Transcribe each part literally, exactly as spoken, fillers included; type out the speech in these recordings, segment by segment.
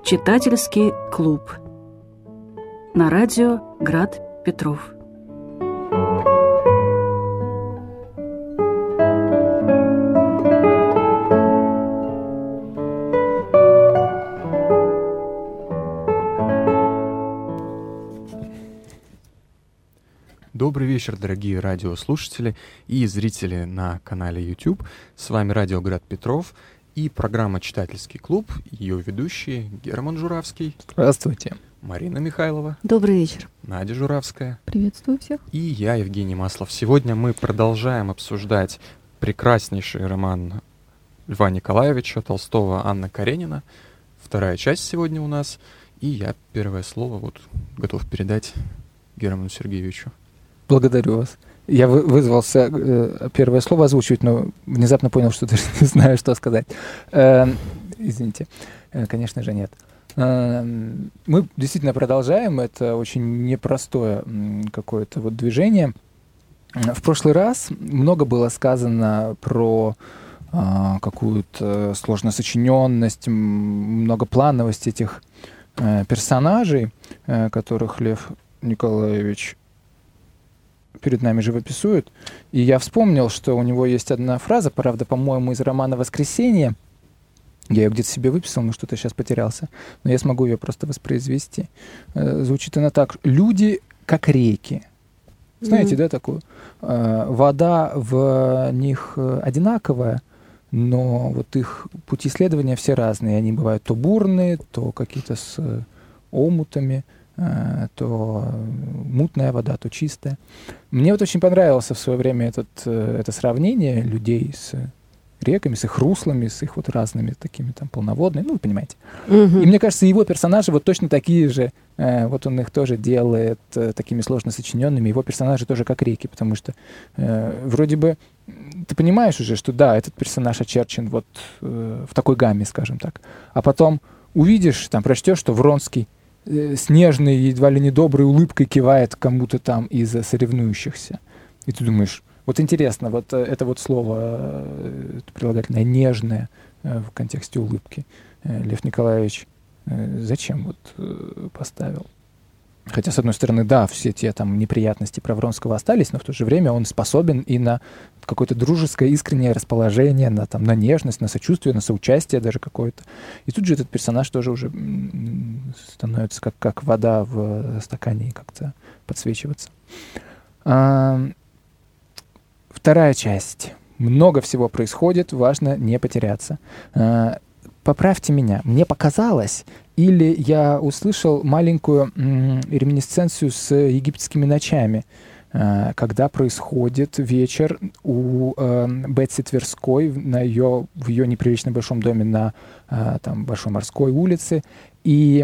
Читательский клуб на радио Град Петров. Добрый вечер, дорогие радиослушатели и зрители на канале YouTube. С вами радио Град Петров и программа «Читательский клуб», ее ведущие Герман Журавский. Здравствуйте. Марина Михайлова. Добрый вечер. Надя Журавская. Приветствую всех. И я, Евгений Маслов. Сегодня мы продолжаем обсуждать прекраснейший роман Льва Николаевича Толстого «Анна Каренина». Вторая часть сегодня у нас. И я первое слово вот готов передать Герману Сергеевичу. Благодарю вас. Я вы, вызвался э, первое слово озвучивать, но внезапно понял, что даже не знаю, что сказать. Э, извините. Э, конечно же, нет. Э, мы действительно продолжаем. Это очень непростое м, какое-то вот движение. В прошлый раз много было сказано про э, какую-то сложно сочиненность, многоплановость этих э, персонажей, э, которых Лев Николаевич перед нами живописует. И я вспомнил, что у него есть одна фраза, правда, по-моему, из романа «Воскресенье». Я ее где-то себе выписал, но что-то сейчас потерялся. Но я смогу ее просто воспроизвести. Звучит она так. «Люди, как реки». Знаете, mm-hmm. да, такую? Вода в них одинаковая, но вот их пути исследования все разные. Они бывают то бурные, то какие-то с омутами, то мутная вода, то чистая. Мне вот очень понравилось в свое время этот, это сравнение людей с реками, с их руслами, с их вот разными такими там полноводными, ну, вы понимаете. Mm-hmm. И мне кажется, его персонажи вот точно такие же, вот он их тоже делает такими сложно сочиненными, его персонажи тоже как реки, потому что вроде бы ты понимаешь уже, что да, этот персонаж очерчен вот в такой гамме, скажем так, а потом увидишь, там, прочтешь, что Вронский с нежной, едва ли не доброй улыбкой кивает кому-то там из соревнующихся. И ты думаешь, вот интересно, вот это вот слово это прилагательное «нежное» в контексте улыбки Лев Николаевич зачем вот поставил? Хотя, с одной стороны, да, все те там неприятности про Вронского остались, но в то же время он способен и на какое-то дружеское, искреннее расположение, на, там, на нежность, на сочувствие, на соучастие даже какое-то. И тут же этот персонаж тоже уже становится как, как вода в стакане и как-то подсвечиваться. А, вторая часть. Много всего происходит, важно не потеряться. А, поправьте меня, мне показалось, или я услышал маленькую м, реминисценцию с египетскими ночами, э, когда происходит вечер у э, Бетси Тверской на ее, в ее неприлично большом доме на э, там, Большой Морской улице. И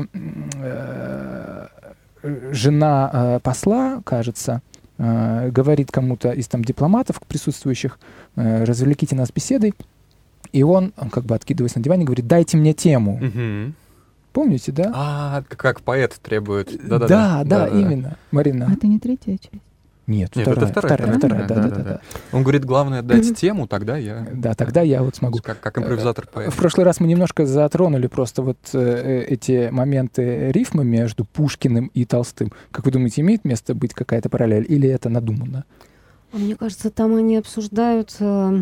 э, жена э, посла, кажется, э, говорит кому-то из там, дипломатов присутствующих, э, развлеките нас беседой. И он, он, как бы откидываясь на диване, говорит, дайте мне тему. Mm-hmm. Помните, да? А, как поэт требует. Да, да, да, да, да, именно. Марина. А это не третья часть? Нет, Нет, вторая, это вторая, вторая, вторая, да, да, да, да. Он говорит, главное дать mm-hmm. тему, тогда я... Да, тогда я вот смогу. Как, как импровизатор поэт. В прошлый раз мы немножко затронули просто вот э, эти моменты рифмы между Пушкиным и Толстым. Как вы думаете, имеет место быть какая-то параллель или это надуманно? Мне кажется, там они обсуждают... Э,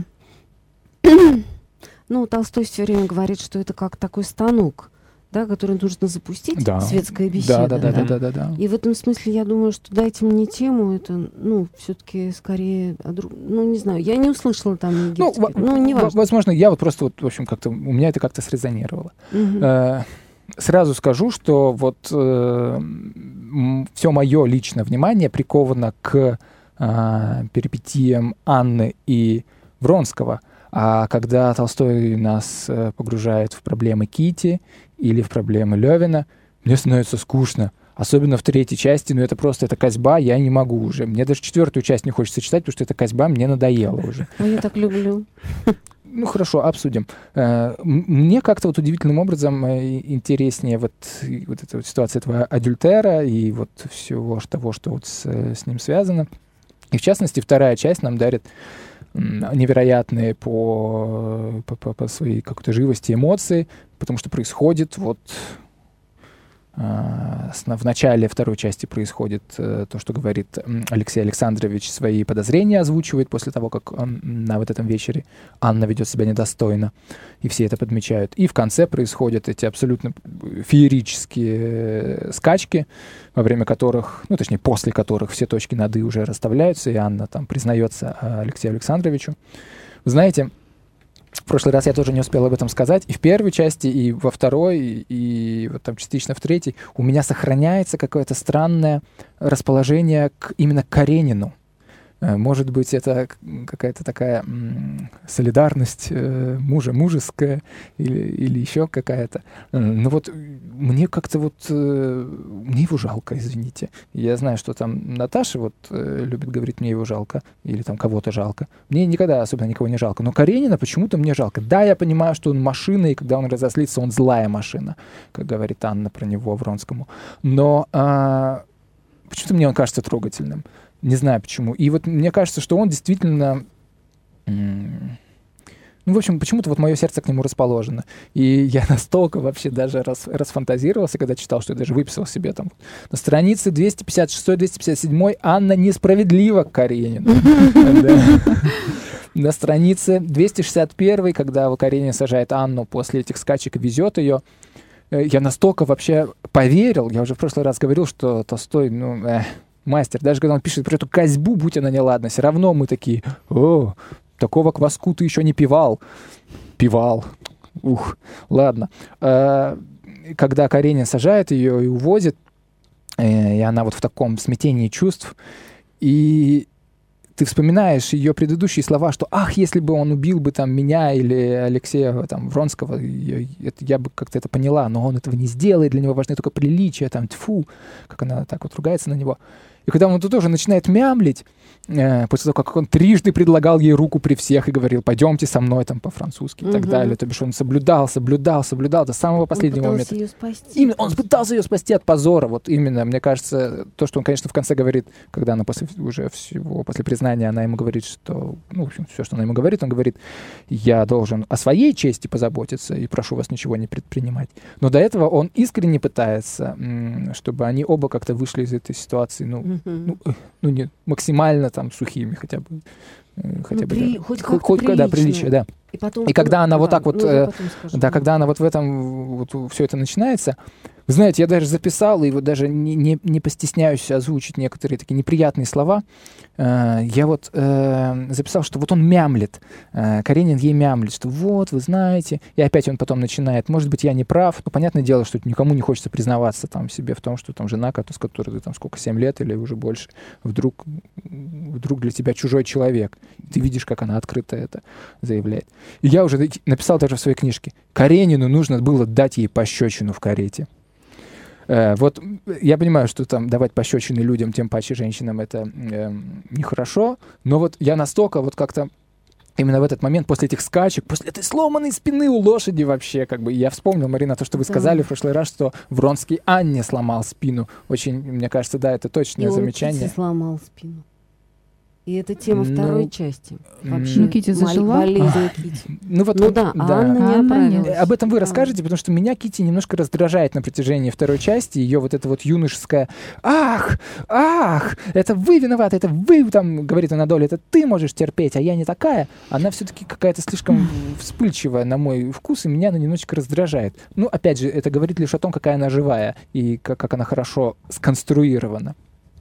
ну, Толстой все время говорит, что это как такой станок, да, который нужно запустить, да. Светская беседа. Да, да, да, да, да, да. И в этом смысле я думаю, что дайте мне тему, это, ну, все-таки скорее, ну, не знаю, я не услышала там египетский, ну, ну, не важно. Возможно, я вот просто, вот, в общем, как-то, у меня это как-то срезонировало. Угу. Э, сразу скажу, что вот э, все мое личное внимание приковано к э, перипетиям Анны и Вронского. А когда Толстой нас э, погружает в проблемы Кити или в проблемы Лёвина, мне становится скучно. Особенно в третьей части, но это просто это козьба, я не могу уже. Мне даже четвертую часть не хочется читать, потому что эта козьба мне надоела уже. А я так люблю. Ну хорошо, обсудим. Мне как-то вот удивительным образом интереснее вот, вот эта вот ситуация этого адюльтера и вот всего того, что вот с, с ним связано. И в частности, вторая часть нам дарит невероятные по, по, по, по своей какой-то живости эмоции, потому что происходит вот В начале второй части происходит то, что говорит Алексей Александрович, свои подозрения озвучивает после того, как он на вот этом вечере Анна ведет себя недостойно, и все это подмечают. И в конце происходят эти абсолютно феерические скачки, во время которых, ну, точнее, после которых все точки над «и» уже расставляются, и Анна там признается Алексею Александровичу. Вы знаете, в прошлый раз я тоже не успел об этом сказать. И в первой части, и во второй, и, и вот там частично в третьей у меня сохраняется какое-то странное расположение к, именно к Каренину. Может быть, это какая-то такая м- солидарность э, мужа, мужеская или, или еще какая-то. Но вот мне как-то вот... Э, мне его жалко, извините. Я знаю, что там Наташа вот э, любит говорить, мне его жалко, или там кого-то жалко. Мне никогда особенно никого не жалко. Но Каренина почему-то мне жалко. Да, я понимаю, что он машина, и когда он разозлится, он злая машина, как говорит Анна про него Вронскому. Но э, почему-то мне он кажется трогательным. Не знаю почему. И вот мне кажется, что он действительно... М- ну, в общем, почему-то вот мое сердце к нему расположено. И я настолько вообще даже рас, расфантазировался, когда читал, что я даже выписал себе там на странице двести пятьдесят шестой - двести пятьдесят седьмой Анна несправедлива к Каренину. На странице двести шестьдесят первой, когда Каренин сажает Анну после этих скачек и везет ее, я настолько вообще поверил, я уже в прошлый раз говорил, что Толстой, ну... мастер, даже когда он пишет про эту козьбу, будь она неладна, все равно мы такие: о, такого кваску ты еще не пивал. Пивал. Ух, ладно. А, когда Каренин сажает ее и увозит, и она вот в таком смятении чувств, и ты вспоминаешь ее предыдущие слова, что «ах, если бы он убил бы там меня или Алексея там, Вронского, я, это, я бы как-то это поняла, но он этого не сделает, для него важны только приличия, там, тьфу», как она так вот ругается на него. И когда он тут тоже начинает мямлить, э, после того, как он трижды предлагал ей руку при всех и говорил: «пойдемте со мной», там, по-французски, и угу. так далее, то бишь он соблюдал, соблюдал, соблюдал до самого последнего момента. Он пытался ее спасти. Именно, он пытался ее спасти от позора, вот именно, мне кажется, то, что он, конечно, в конце говорит, когда она после уже всего, после признания, она ему говорит, что, ну, в общем, все, что она ему говорит, он говорит: «я должен о своей чести позаботиться и прошу вас ничего не предпринимать». Но до этого он искренне пытается, чтобы они оба как-то вышли из этой ситуации, ну, Ну, ну нет, максимально там сухими хотя бы. Хотя ну, бы при, да. хоть хоть, хоть да, приличие, да. И, потом, и когда она да, вот так вот, ну, э, скажем, да, да, когда она вот в этом вот все это начинается, вы знаете, я даже записал, и вот даже не, не, не постесняюсь озвучить некоторые такие неприятные слова. Э, я вот э, записал, что вот он мямлит, э, Каренин ей мямлит, что вот, вы знаете, и опять он потом начинает: может быть, я не прав. Ну, понятное дело, что никому не хочется признаваться там себе в том, что там жена, с которой ты там сколько, семь лет или уже больше, вдруг, вдруг для тебя чужой человек. Ты видишь, как она открыто это заявляет. И я уже написал даже в своей книжке: Каренину нужно было дать ей пощечину в карете. Э, вот я понимаю, что там давать пощечины людям, тем паче женщинам, это э, нехорошо, но вот я настолько вот как-то именно в этот момент, после этих скачек, после этой сломанной спины у лошади вообще, как бы, я вспомнил, Марина, то, что вы сказали mm. в прошлый раз, что Вронский Анне сломал спину. Очень, мне кажется, да, это точное и замечание. Он Кити сломал спину. И это тема ну, второй части. Вообще, ну, Кити зажила? Болезнь а. Кити. Ну, вот, ну вот, да, да, а Анна не оправилась. Об этом вы да. расскажете, потому что меня Кити немножко раздражает на протяжении второй части. Ее вот это вот юношеское «ах, ах, это вы виноваты, это вы», там, говорит Анатолий, это ты можешь терпеть, а я не такая. Она все-таки какая-то слишком вспыльчивая на мой вкус, и меня она немножечко раздражает. Ну, опять же, это говорит лишь о том, какая она живая и как, как она хорошо сконструирована.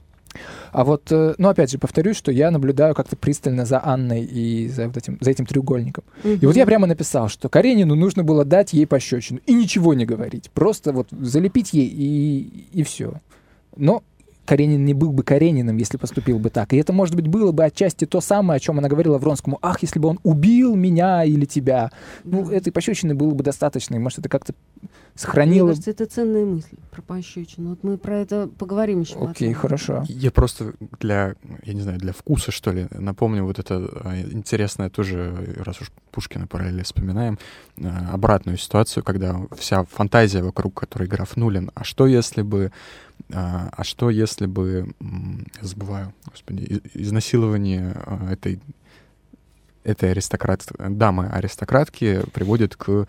А вот, ну, опять же, повторюсь, что я наблюдаю как-то пристально за Анной и за, вот этим, за этим треугольником. Uh-huh. И вот я прямо написал, что Каренину нужно было дать ей пощечину и ничего не говорить. Просто вот залепить ей и, и все. Но Каренин не был бы Карениным, если поступил бы так. И это, может быть, было бы отчасти то самое, о чем она говорила Вронскому: «ах, если бы он убил меня или тебя». Ну, да. этой пощечины было бы достаточно, и, может, это как-то сохранило... Мне кажется, это ценная мысль про пощечину. Вот мы про это поговорим еще. Окей, okay, хорошо. Я просто для, я не знаю, для вкуса, что ли, напомню вот это интересное тоже, раз уж Пушкина параллельно вспоминаем, обратную ситуацию, когда вся фантазия вокруг которой граф Нулин. А что если бы А, а что если бы, забываю, господи, изнасилование этой этой аристократ... дамы-аристократки приводит к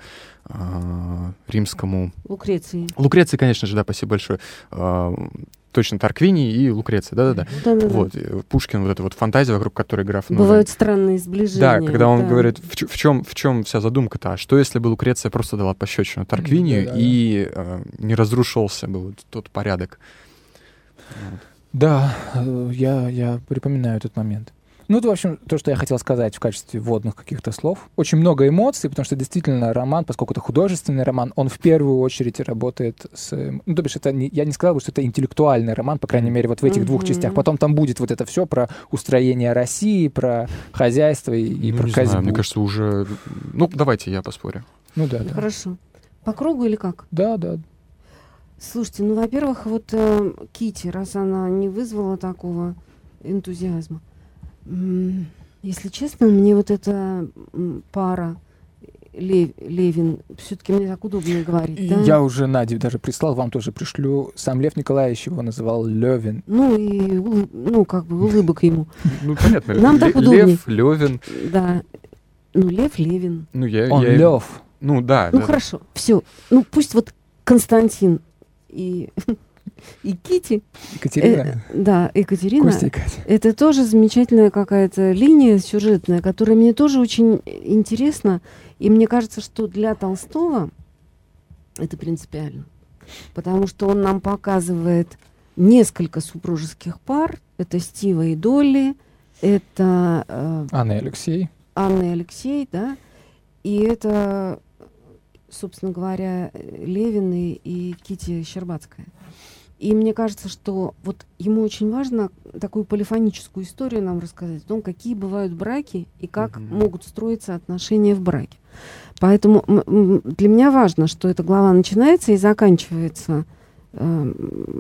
э, римскому... Лукреции. Лукреции, конечно же, да, спасибо большое. Э, точно, Тарквиний и Лукреция, да-да-да. Да-да-да. Вот, Пушкин, вот эта вот фантазия, вокруг которой граф... Бывают странные сближения. Да, когда он да. говорит, в, в, чем, в чем вся задумка-то? А что, если бы Лукреция просто дала пощечину Тарквинию, да-да-да. и э, не разрушился бы вот тот порядок? Вот. Да, я, я припоминаю этот момент. Ну, это, в общем, то, что я хотел сказать в качестве вводных каких-то слов. Очень много эмоций, потому что действительно роман, поскольку это художественный роман, он в первую очередь работает с... Ну, то бишь, это не, я не сказал бы, что это интеллектуальный роман, по крайней мере, вот в этих mm-hmm. двух частях. Потом там будет вот это все про устроение России, про хозяйство и, и ну, про не казнь. Знаю, мне кажется, уже... Ну, давайте я поспорю. Ну, да, да. Хорошо. По кругу или как? Да, да. Слушайте, ну, во-первых, вот э, Кити, раз она не вызвала такого энтузиазма, м- если честно, мне вот эта м, пара Лев, Левин, все-таки мне так удобнее говорить, да? Я уже Наде даже прислал, вам тоже пришлю. Сам Лев Николаевич его называл Левин. Ну, и, улы- ну, как бы, улыбок ему. Ну, понятно. Нам так удобнее. Лев, Левин. Да. Ну, Лев, Левин. Ну, я... Он я... Лев. Ну, да. Ну, да, хорошо, все. Ну, пусть вот Константин и, и Кити, Екатерина. э, да, Екатерина, Костя и Катя. это тоже замечательная какая-то линия сюжетная, которая мне тоже очень интересна. И мне кажется, что для Толстого это принципиально. Потому что он нам показывает несколько супружеских пар. Это Стива и Долли, это э, Анна и Алексей. Анна и Алексей, да. И это, собственно говоря, Левин и, и Кити Щербацкая. И мне кажется, что вот ему очень важно такую полифоническую историю нам рассказать о том, какие бывают браки и как mm-hmm. могут строиться отношения в браке. Поэтому м- м- для меня важно, что эта глава начинается и заканчивается э,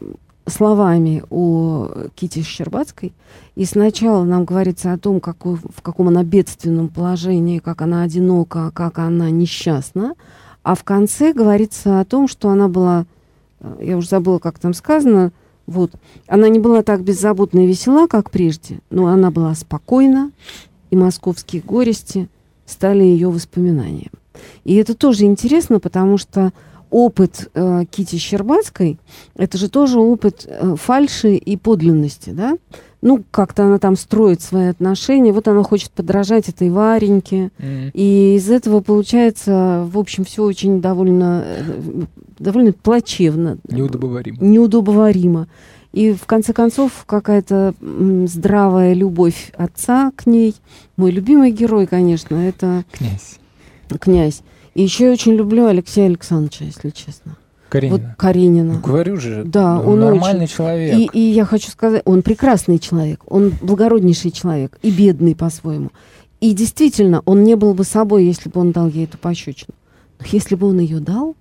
словами о Кити Щербацкой. И сначала нам говорится о том, какой, в каком она бедственном положении, как она одинока, как она несчастна. А в конце говорится о том, что она была... Я уже забыла, как там сказано. Вот. Она не была так беззаботна и весела, как прежде, но она была спокойна, и московские горести стали ее воспоминанием. И это тоже интересно, потому что опыт э, Кити Щербацкой — это же тоже опыт э, фальши и подлинности, да? Ну, как-то она там строит свои отношения, вот она хочет подражать этой Вареньке, Mm-hmm. и из этого получается, в общем, все очень довольно, довольно плачевно. Неудобоваримо. Неудобоваримо. И в конце концов какая-то м, здравая любовь отца к ней. Мой любимый герой, конечно, это Князь. князь. И еще я очень люблю Алексея Александровича, если честно. Каренина. Вот Каренина. Ну, говорю же, Да, он, он нормальный очень... человек. И, и я хочу сказать, он прекрасный человек, он благороднейший человек и бедный по-своему. И действительно, он не был бы собой, если бы он дал ей эту пощечину. Но если бы он ее дал,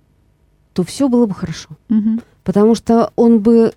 то все было бы хорошо. Угу. Потому что он бы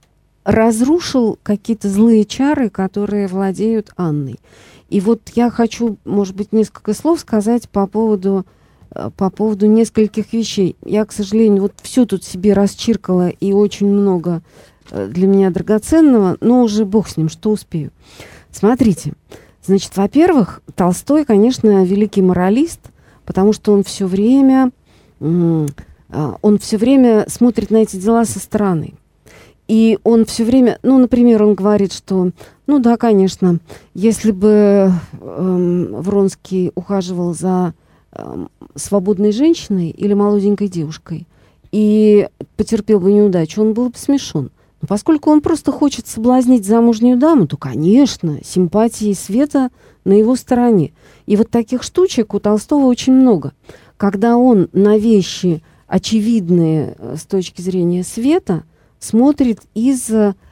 разрушил какие-то злые чары, которые владеют Анной. И вот я хочу, может быть, несколько слов сказать по поводу, по поводу нескольких вещей. Я, к сожалению, вот все тут себе расчиркала, и очень много для меня драгоценного, но уже бог с ним, что успею. Смотрите, значит, во-первых, Толстой, конечно, великий моралист, потому что он все время, он все время смотрит на эти дела со стороны. И он все время, ну, например, он говорит, что, ну да, конечно, если бы э, Вронский ухаживал за э, свободной женщиной или молоденькой девушкой и потерпел бы неудачу, он был бы смешон. Но поскольку он просто хочет соблазнить замужнюю даму, то, конечно, симпатии и света на его стороне. И вот таких штучек у Толстого очень много. Когда он на вещи, очевидные с точки зрения света, смотрит из,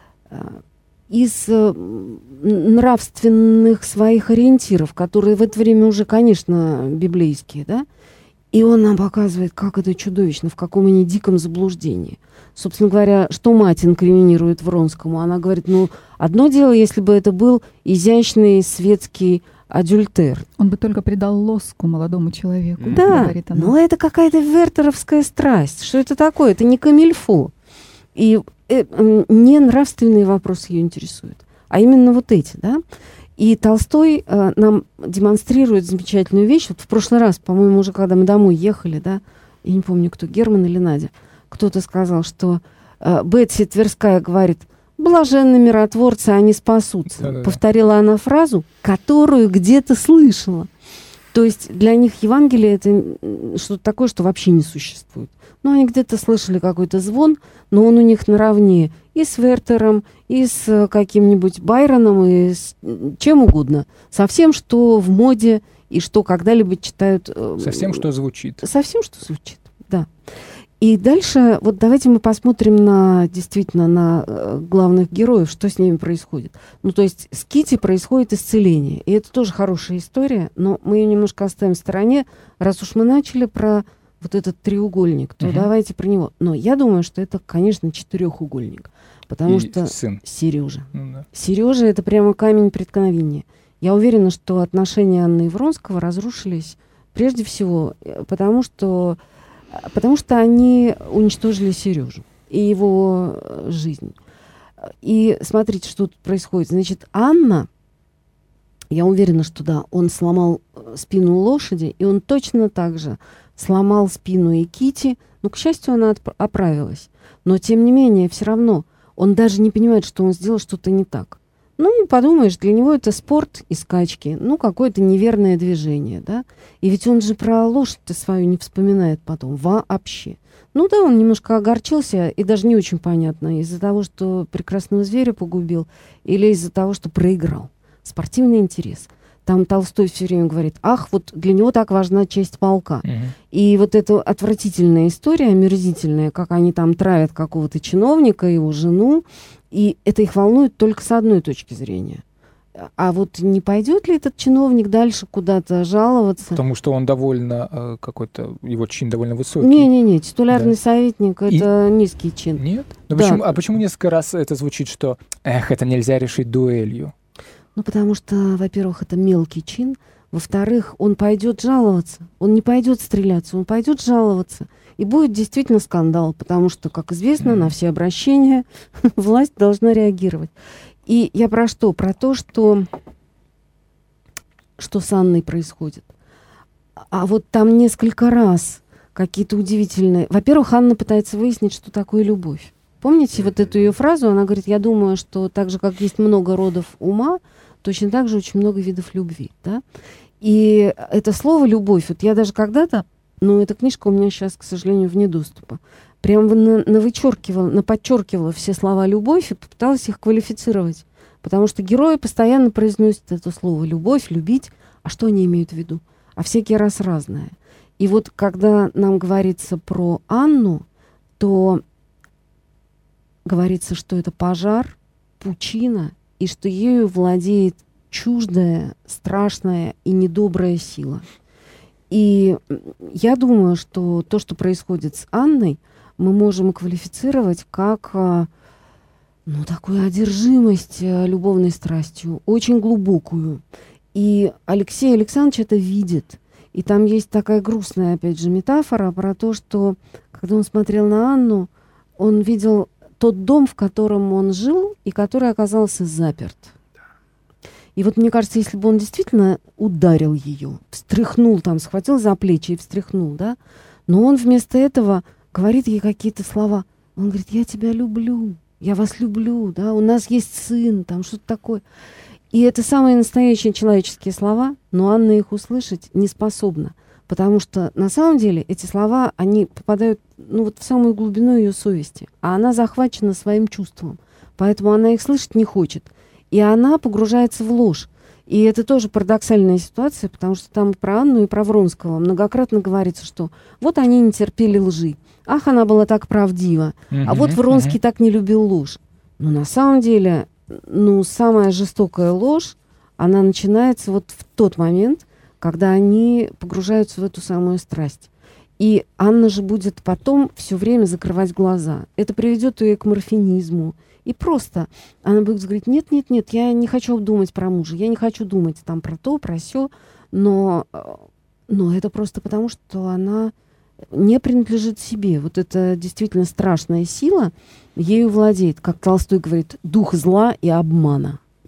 из нравственных своих ориентиров, которые в это время уже, конечно, библейские, да? И он нам показывает, как это чудовищно, в каком они диком заблуждении. Собственно говоря, что мать инкриминирует Вронскому? Она говорит, ну, одно дело, если бы это был изящный светский адюльтер. Он бы только придал лоску молодому человеку. Да, говорит она. Но это какая-то вертеровская страсть. Что это такое? Это не камильфо. И э, не нравственные вопросы ее интересуют, а именно вот эти, да. И Толстой э, нам демонстрирует замечательную вещь. Вот в прошлый раз, по-моему, уже когда мы домой ехали, да, я не помню, кто, Герман или Надя, кто-то сказал, что э, Бетси Тверская говорит: «Блаженны миротворцы, они спасутся». Да-да-да. Повторила она фразу, которую где-то слышала. То есть для них Евангелие — это что-то такое, что вообще не существует. Ну, они где-то слышали какой-то звон, но он у них наравне и с Вертером, и с каким-нибудь Байроном, и с чем угодно. Со всем, что в моде и что когда-либо читают. Со всем, что звучит. Со всем, что звучит, да. И дальше, вот давайте мы посмотрим на, действительно, на э, главных героев, что с ними происходит. Ну, то есть с Китти происходит исцеление. И это тоже хорошая история, но мы ее немножко оставим в стороне. Раз уж мы начали про вот этот треугольник, то угу. давайте про него. Но я думаю, что это, конечно, четырехугольник. Потому и что сын. Сережа. Ну, да. Сережа — это прямо камень преткновения. Я уверена, что отношения Анны и Вронского разрушились прежде всего потому, что... Потому что они уничтожили Сережу и его жизнь. И смотрите, что тут происходит. Значит, Анна, я уверена, что да, он сломал спину лошади, и он точно так же сломал спину и Кити. Но, к счастью, она отп- оправилась. Но, тем не менее, все равно он даже не понимает, что он сделал что-то не так. Ну, подумаешь, для него это спорт и скачки, ну, какое-то неверное движение, да. И ведь он же про лошадь-то свою не вспоминает потом вообще. Ну да, он немножко огорчился, и даже не очень понятно, из-за того, что прекрасного зверя погубил, или из-за того, что проиграл. Спортивный интерес. Там Толстой все время говорит: ах, вот для него так важна честь полка. Uh-huh. И вот эта отвратительная история, омерзительная, как они там травят какого-то чиновника, его жену, и это их волнует только с одной точки зрения. А вот не пойдет ли этот чиновник дальше куда-то жаловаться? Потому что он довольно, э, какой-то, его чин довольно высокий. Не-не-не, титулярный да. советник — это и... низкий чин. Нет? Ну, да. почему, а почему несколько раз это звучит, что «эх, это нельзя решить дуэлью»? Ну, потому что, во-первых, это мелкий чин. Во-вторых, он пойдет жаловаться. Он не пойдет стреляться, он пойдет жаловаться. И будет действительно скандал, потому что, как известно, mm-hmm. на все обращения власть должна реагировать. И я про что? Про то, что, что с Анной происходит. А вот там несколько раз какие-то удивительные... Во-первых, Анна пытается выяснить, что такое любовь. Помните вот эту ее фразу? Она говорит: я думаю, что так же, как есть много родов ума, точно так же очень много видов любви. Да? И это слово «любовь», вот я даже когда-то, ну, эта книжка у меня сейчас, к сожалению, вне доступа, прям на, на вычеркивала, на подчеркивала все слова «любовь» и попыталась их квалифицировать. Потому что герои постоянно произносят это слово «любовь», «любить». А что они имеют в виду? А всякий раз разное. И вот когда нам говорится про Анну, то говорится, что это пожар, пучина, и что ею владеет чуждая, страшная и недобрая сила. И я думаю, что то, что происходит с Анной, мы можем квалифицировать как ну, такую одержимость любовной страстью, очень глубокую. И Алексей Александрович это видит. И там есть такая грустная, опять же, метафора про то, что когда он смотрел на Анну, он видел тот дом, в котором он жил, и который оказался заперт. И вот мне кажется, если бы он действительно ударил ее, встряхнул там, схватил за плечи и встряхнул, да, но он вместо этого говорит ей какие-то слова. Он говорит: я тебя люблю, я вас люблю, да, у нас есть сын, там что-то такое. И это самые настоящие человеческие слова, но Анна их услышать не способна. Потому что на самом деле эти слова, они попадают ну, вот в самую глубину ее совести. А она захвачена своим чувством. Поэтому она их слышать не хочет. И она погружается в ложь. И это тоже парадоксальная ситуация, потому что там про Анну и про Вронского многократно говорится, что вот они не терпели лжи. Ах, она была так правдива. Uh-huh, а вот Вронский uh-huh. так не любил ложь. Но на самом деле, ну, самая жестокая ложь, она начинается вот в тот момент, когда они погружаются в эту самую страсть. И Анна же будет потом все время закрывать глаза. Это приведет ее к морфинизму. И просто она будет говорить: нет, нет, нет, я не хочу думать про мужа, я не хочу думать там про то, про сё. Но, но это просто потому, что она не принадлежит себе. Вот это действительно страшная сила ею владеет. Как Толстой говорит: дух зла и обмана.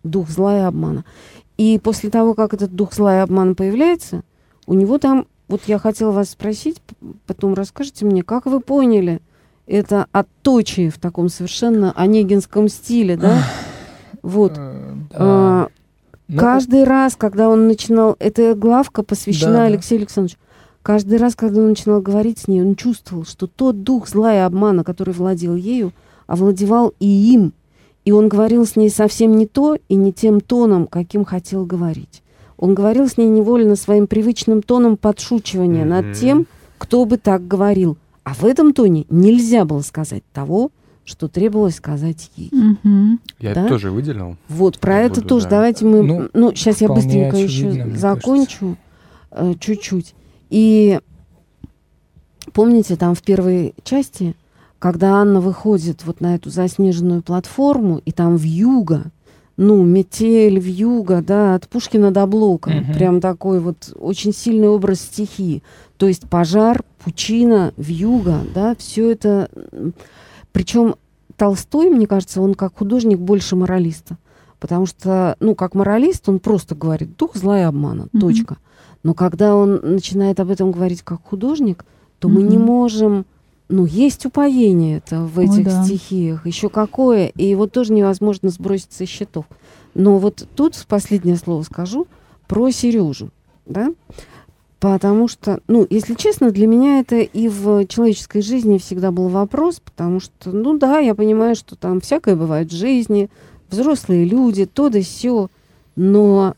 дух зла и обмана. И после того, как этот дух зла и обмана появляется, у него там, вот я хотела вас спросить, потом расскажите мне, как вы поняли это отточие в таком совершенно онегинском стиле, да? Вот. А, каждый раз, когда он начинал, эта главка посвящена Алексею Александровичу, каждый раз, когда он начинал говорить с ней, он чувствовал, что тот дух зла и обмана, который владел ею, овладевал и им. И он говорил с ней совсем не то и не тем тоном, каким хотел говорить. Он говорил с ней невольно своим привычным тоном подшучивания mm-hmm. над тем, кто бы так говорил. А в этом тоне нельзя было сказать того, что требовалось сказать ей. Mm-hmm. Я да? это тоже выделил. Вот, про я это буду, тоже. да. Давайте мы... Ну, ну сейчас я быстренько очевидно, еще закончу э, чуть-чуть. И помните, там в первой части, когда Анна выходит вот на эту заснеженную платформу, и там вьюга, ну, метель, вьюга, да, от Пушкина до Блока. Uh-huh. Прям такой вот очень сильный образ стихии. То есть пожар, пучина, вьюга, да, все это... Причем Толстой, мне кажется, он как художник больше моралиста. Потому что, ну, как моралист, он просто говорит дух зла и обмана, uh-huh. точка. Но когда он начинает об этом говорить как художник, то uh-huh. мы не можем... Ну, есть упоение это в этих О, да. стихиях, еще какое, и его тоже невозможно сбросить со счетов. Но вот тут последнее слово скажу про Сережу, да, потому что, ну, если честно, для меня это и в человеческой жизни всегда был вопрос, потому что, ну да, я понимаю, что там всякое бывает в жизни, взрослые люди, то да сё, но...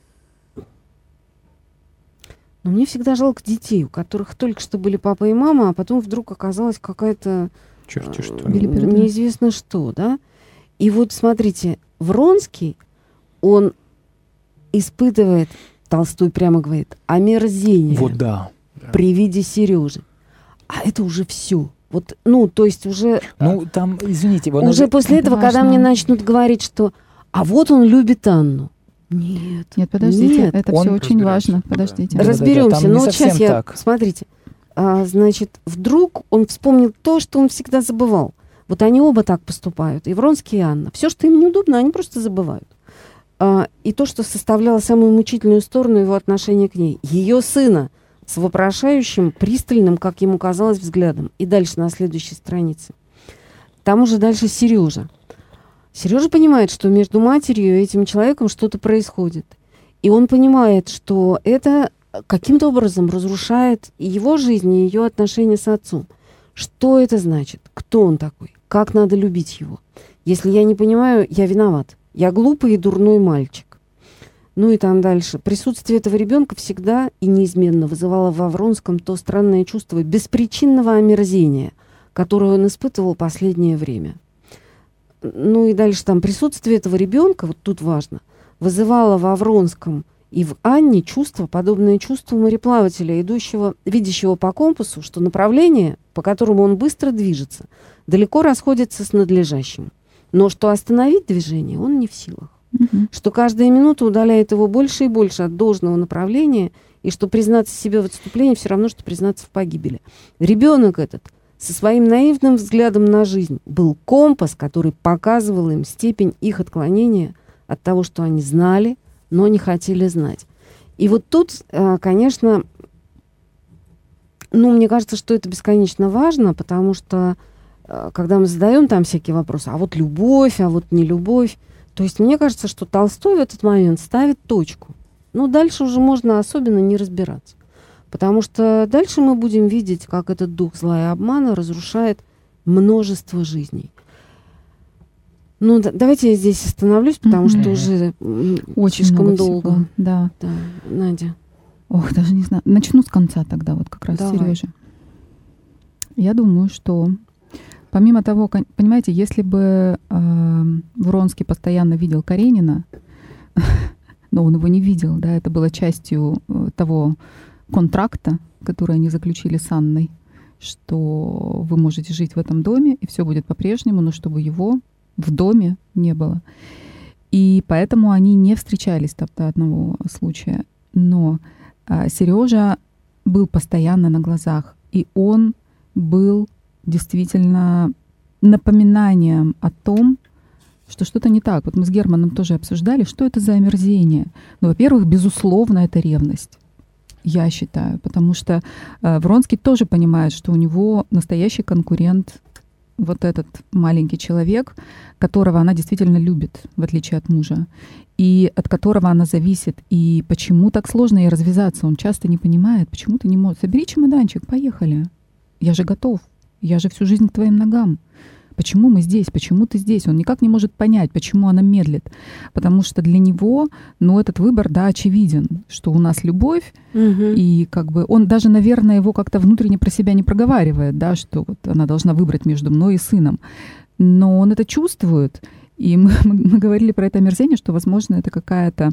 Но мне всегда жалко детей, у которых только что были папа и мама, а потом вдруг оказалась какая-то Черти что. э, неизвестно что, да? И вот смотрите, Вронский, он испытывает, Толстой прямо говорит, омерзение вот да. при виде Сережи. А это уже все. Вот, ну, то есть уже... Ну, там, извините... Уже же... после этого, важно. когда мне начнут говорить, что а вот он любит Анну. Нет. Нет, подождите, нет. это Он все очень разбирается. важно. Подождите. Да, Разберемся. да, да, там Но не вот сейчас я... так. Смотрите. А, значит, вдруг он вспомнил то, что он всегда забывал. Вот они оба так поступают. И Вронский, и Анна. Все, что им неудобно, они просто забывают. А, и то, что составляло самую мучительную сторону его отношения к ней. Ее сына с вопрошающим, пристальным, как ему казалось, взглядом. И дальше на следующей странице. Там уже дальше Сережа. Сережа понимает, что между матерью и этим человеком что-то происходит. И он понимает, что это каким-то образом разрушает и его жизнь, и ее отношения с отцом. Что это значит? Кто он такой? Как надо любить его? Если я не понимаю, я виноват. Я глупый и дурной мальчик. Ну и там дальше. Присутствие этого ребенка всегда и неизменно вызывало во Вронском то странное чувство беспричинного омерзения, которое он испытывал последнее время. Ну и дальше там присутствие этого ребенка, вот тут важно, вызывало во Вронском и в Анне чувство, подобное чувству мореплавателя, идущего, видящего по компасу, что направление, по которому он быстро движется, далеко расходится с надлежащим. Но что остановить движение он не в силах. Mm-hmm. Что каждая минута удаляет его больше и больше от должного направления, и что признаться себе в отступлении все равно, что признаться в погибели. Ребенок этот со своим наивным взглядом на жизнь был компас, который показывал им степень их отклонения от того, что они знали, но не хотели знать. И вот тут, конечно, ну, мне кажется, что это бесконечно важно, потому что, когда мы задаем там всякие вопросы, а вот любовь, а вот не любовь, то есть мне кажется, что Толстой в этот момент ставит точку. Ну, дальше уже можно особенно не разбираться. Потому что дальше мы будем видеть, как этот дух зла и обмана разрушает множество жизней. Ну, да, давайте я здесь остановлюсь, потому mm-hmm. что уже очень слишком долго. Всего. Да. Да, Надя. Ох, даже не знаю. Начну с конца тогда, вот как раз, Сережа. Я думаю, что помимо того, понимаете, если бы э, Вронский постоянно видел Каренина, но он его не видел, да, это было частью э, того контракта, который они заключили с Анной, что вы можете жить в этом доме, и все будет по-прежнему, но чтобы его в доме не было. И поэтому они не встречались до одного случая. Но а, Сережа был постоянно на глазах, и он был действительно напоминанием о том, что что-то не так. Вот мы с Германом тоже обсуждали, что это за омерзение. Ну, во-первых, безусловно, это ревность, я считаю, потому что э, Вронский тоже понимает, что у него настоящий конкурент вот этот маленький человек, которого она действительно любит, в отличие от мужа, и от которого она зависит. И почему так сложно ей развязаться? Он часто не понимает, почему ты не можешь. Собери чемоданчик, поехали. Я же готов. Я же всю жизнь к твоим ногам. Почему мы здесь? Почему ты здесь? Он никак не может понять, почему она медлит. Потому что для него, ну, этот выбор, да, очевиден, что у нас любовь, угу. и как бы он даже, наверное, его как-то внутренне про себя не проговаривает, да, что вот она должна выбрать между мной и сыном. Но он это чувствует. И мы, мы говорили про это омерзение, что, возможно, это какая-то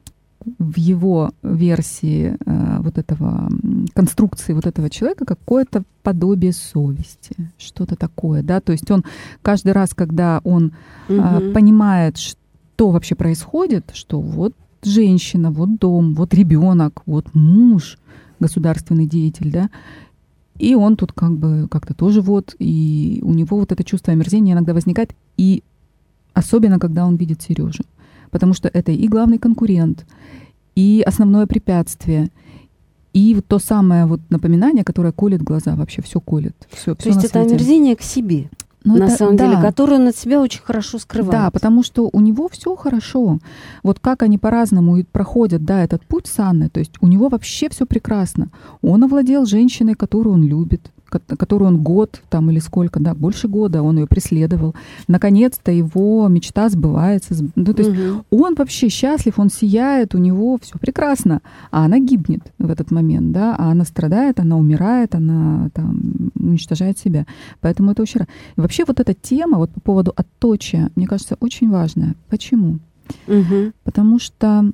в его версии э, вот этого, конструкции вот этого человека какое-то подобие совести, что-то такое, да, то есть он каждый раз, когда он угу. э, понимает, что вообще происходит, что вот женщина, вот дом, вот ребенок, вот муж, государственный деятель, да, и он тут как бы как-то тоже вот, и у него вот это чувство омерзения иногда возникает, и особенно, когда он видит Сережу. Потому что это и главный конкурент, и основное препятствие, и вот то самое вот напоминание, которое колет глаза, вообще все колет. Всё, то всё есть это омерзение к себе, ну, на это, самом да. деле, которое он от себя очень хорошо скрывает. Да, потому что у него все хорошо. Вот как они по-разному проходят, да, этот путь с Анной, то есть у него вообще все прекрасно. Он овладел женщиной, которую он любит, которую он год там или сколько, да, больше года он ее преследовал. Наконец-то его мечта сбывается. Ну, то есть угу. он вообще счастлив, он сияет, у него все прекрасно. А она гибнет в этот момент, да, а она страдает, она умирает, она там уничтожает себя. Поэтому это очень... И вообще вот эта тема вот по поводу отточия, мне кажется, очень важная. Почему? Угу. Потому что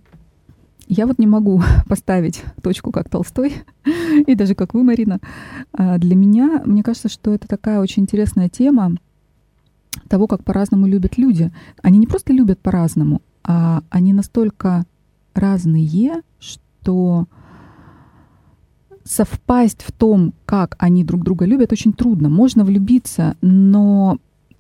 я вот не могу поставить точку, как Толстой, и даже как вы, Марина. Для меня, мне кажется, что это такая очень интересная тема того, как по-разному любят люди. Они не просто любят по-разному, а они настолько разные, что совпасть в том, как они друг друга любят, очень трудно. Можно влюбиться, но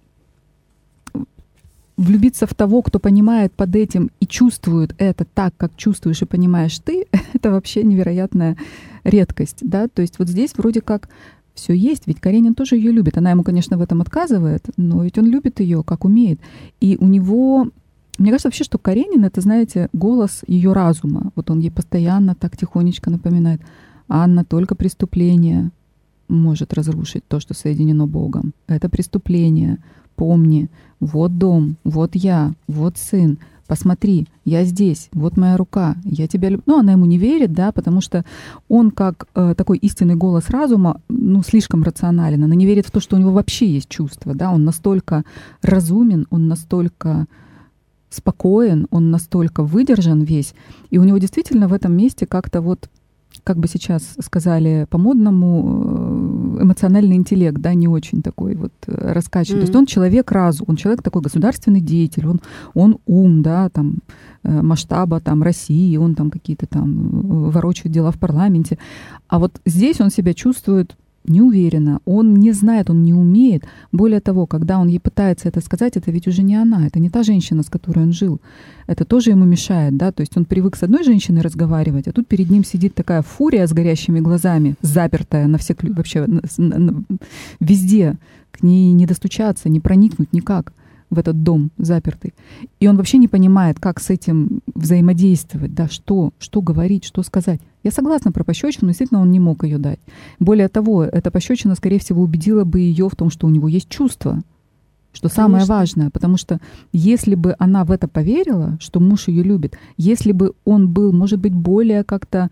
влюбиться в того, кто понимает под этим и чувствует это так, как чувствуешь и понимаешь ты, это вообще невероятная редкость, да, то есть вот здесь вроде как все есть, ведь Каренин тоже ее любит, она ему, конечно, в этом отказывает, но ведь он любит ее, как умеет, и у него, мне кажется вообще, что Каренин — это, знаете, голос ее разума, вот он ей постоянно так тихонечко напоминает: Анна, только преступление может разрушить то, что соединено Богом, это преступление. Помни, вот дом, вот я, вот сын, посмотри, я здесь, вот моя рука, я тебя люблю. Ну, она ему не верит, да, потому что он как э, такой истинный голос разума, ну, слишком рационален. Она не верит в то, что у него вообще есть чувства, да, он настолько разумен, он настолько спокоен, он настолько выдержан весь, и у него действительно в этом месте как-то вот, как бы сейчас сказали по-модному, эмоциональный интеллект, да, не очень такой вот раскачан. Mm-hmm. То есть он человек разум, он человек такой государственный деятель, он, он ум, да, там, масштаба там, России, он там какие-то там ворочает дела в парламенте. А вот здесь он себя чувствует неуверенно, он не знает, он не умеет. Более того, когда он ей пытается это сказать, это ведь уже не она, это не та женщина, с которой он жил. Это тоже ему мешает, да, то есть он привык с одной женщиной разговаривать, а тут перед ним сидит такая фурия с горящими глазами, запертая на все ключи, вообще на, на, на, везде, к ней не достучаться, не проникнуть никак в этот дом запертый. И он вообще не понимает, как с этим взаимодействовать, да, что, что говорить, что сказать. Я согласна про пощечину, действительно, он не мог ее дать. Более того, эта пощечина, скорее всего, убедила бы ее в том, что у него есть чувства, что самое Конечно. Важное, потому что если бы она в это поверила, что муж ее любит, если бы он был, может быть, более как-то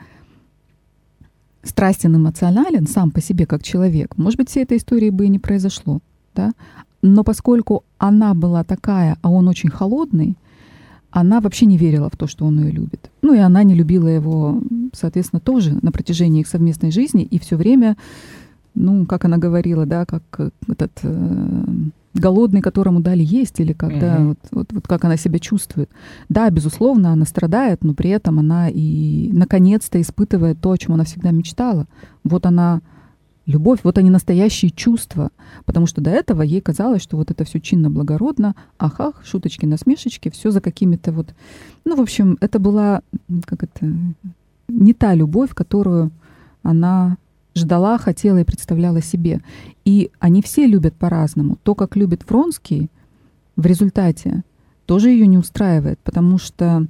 страстен, эмоционален сам по себе как человек, может быть, всей этой истории бы и не произошло, да? Но поскольку она была такая, а он очень холодный, она вообще не верила в то, что он ее любит. Ну и она не любила его, соответственно, тоже на протяжении их совместной жизни. И все время, ну, как она говорила, да, как этот э, голодный, которому дали есть, или как, uh-huh. да, вот, вот, вот как она себя чувствует. Да, безусловно, она страдает, но при этом она и наконец-то испытывает то, о чем она всегда мечтала. Вот она любовь, вот они настоящие чувства. Потому что до этого ей казалось, что вот это все чинно-благородно, ах-ах, шуточки, насмешечки, все за какими-то вот... Ну, в общем, это была, как это, не та любовь, которую она ждала, хотела и представляла себе. И они все любят по-разному. То, как любит Вронский, в результате тоже ее не устраивает, потому что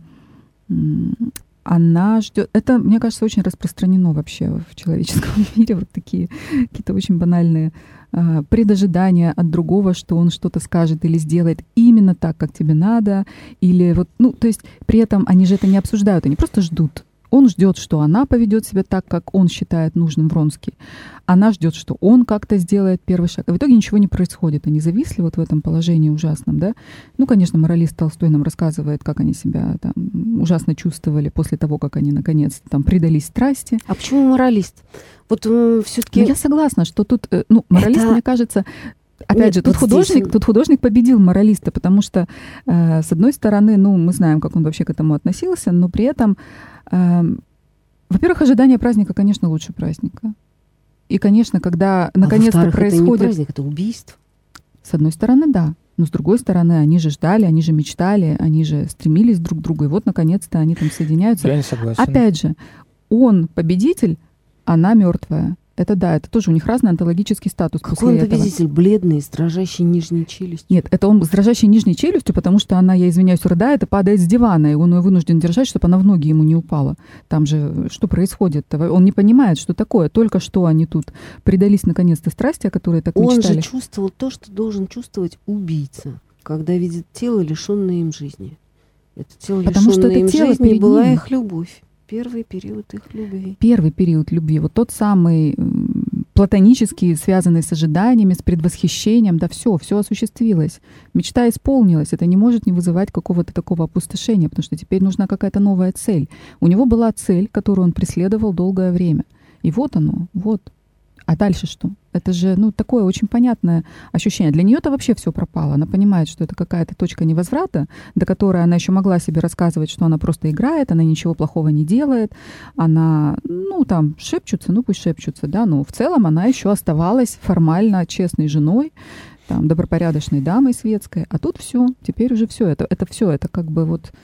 она ждет... Это, мне кажется, очень распространено вообще в человеческом мире. Вот такие какие-то очень банальные э, предожидания от другого, что он что-то скажет или сделает именно так, как тебе надо. Или вот, ну, то есть при этом они же это не обсуждают, они просто ждут. Он ждет, что она поведет себя так, как он считает нужным, Вронский. Она ждет, что он как-то сделает первый шаг. А в итоге ничего не происходит. Они зависли вот в этом положении ужасном, да. Ну, конечно, моралист Толстой нам рассказывает, как они себя там ужасно чувствовали после того, как они наконец там предались страсти. А почему моралист? Вот э, все-таки... Ну, я согласна, что тут, э, ну, моралист, это... мне кажется... Опять Нет, же, тут художник, здесь... тут художник победил моралиста, потому что, э, с одной стороны, ну, мы знаем, как он вообще к этому относился, но при этом, э, во-первых, ожидание праздника, конечно, лучше праздника. И, конечно, когда наконец-то а происходит... это не праздник, это убийство. С одной стороны, да. Но с другой стороны, они же ждали, они же мечтали, они же стремились друг к другу. И вот, наконец-то, они там соединяются. Я не согласен. Опять же, он победитель, она мертвая. Это да, это тоже у них разный онтологический статус. Какой он победитель? Этого. Бледный, с дрожащей нижней челюстью. Нет, это он с дрожащей нижней челюстью, потому что она, я извиняюсь, рыдает и падает с дивана, и он ее вынужден держать, чтобы она в ноги ему не упала. Там же что происходит? Он не понимает, что такое. Только что они тут предались наконец-то страсти, о которой так он мечтали. Он же чувствовал то, что должен чувствовать убийца, когда видит тело, лишенное им жизни. Это тело, потому что это им тело жизни, была ним. Их любовь. Первый период их любви. Первый период любви. Вот тот самый платонический, связанный с ожиданиями, с предвосхищением. Да все, все осуществилось. Мечта исполнилась. Это не может не вызывать какого-то такого опустошения, потому что теперь нужна какая-то новая цель. У него была цель, которую он преследовал долгое время. И вот оно, вот. А дальше что? Это же, ну, такое очень понятное ощущение. Для нее-то вообще все пропало. Она понимает, что это какая-то точка невозврата, до которой она еще могла себе рассказывать, что она просто играет, она ничего плохого не делает. Она, ну, там, шепчутся, ну, пусть шепчутся, да, но в целом она еще оставалась формально честной женой, там, добропорядочной дамой светской. А тут все, теперь уже все это, это все, это как бы вот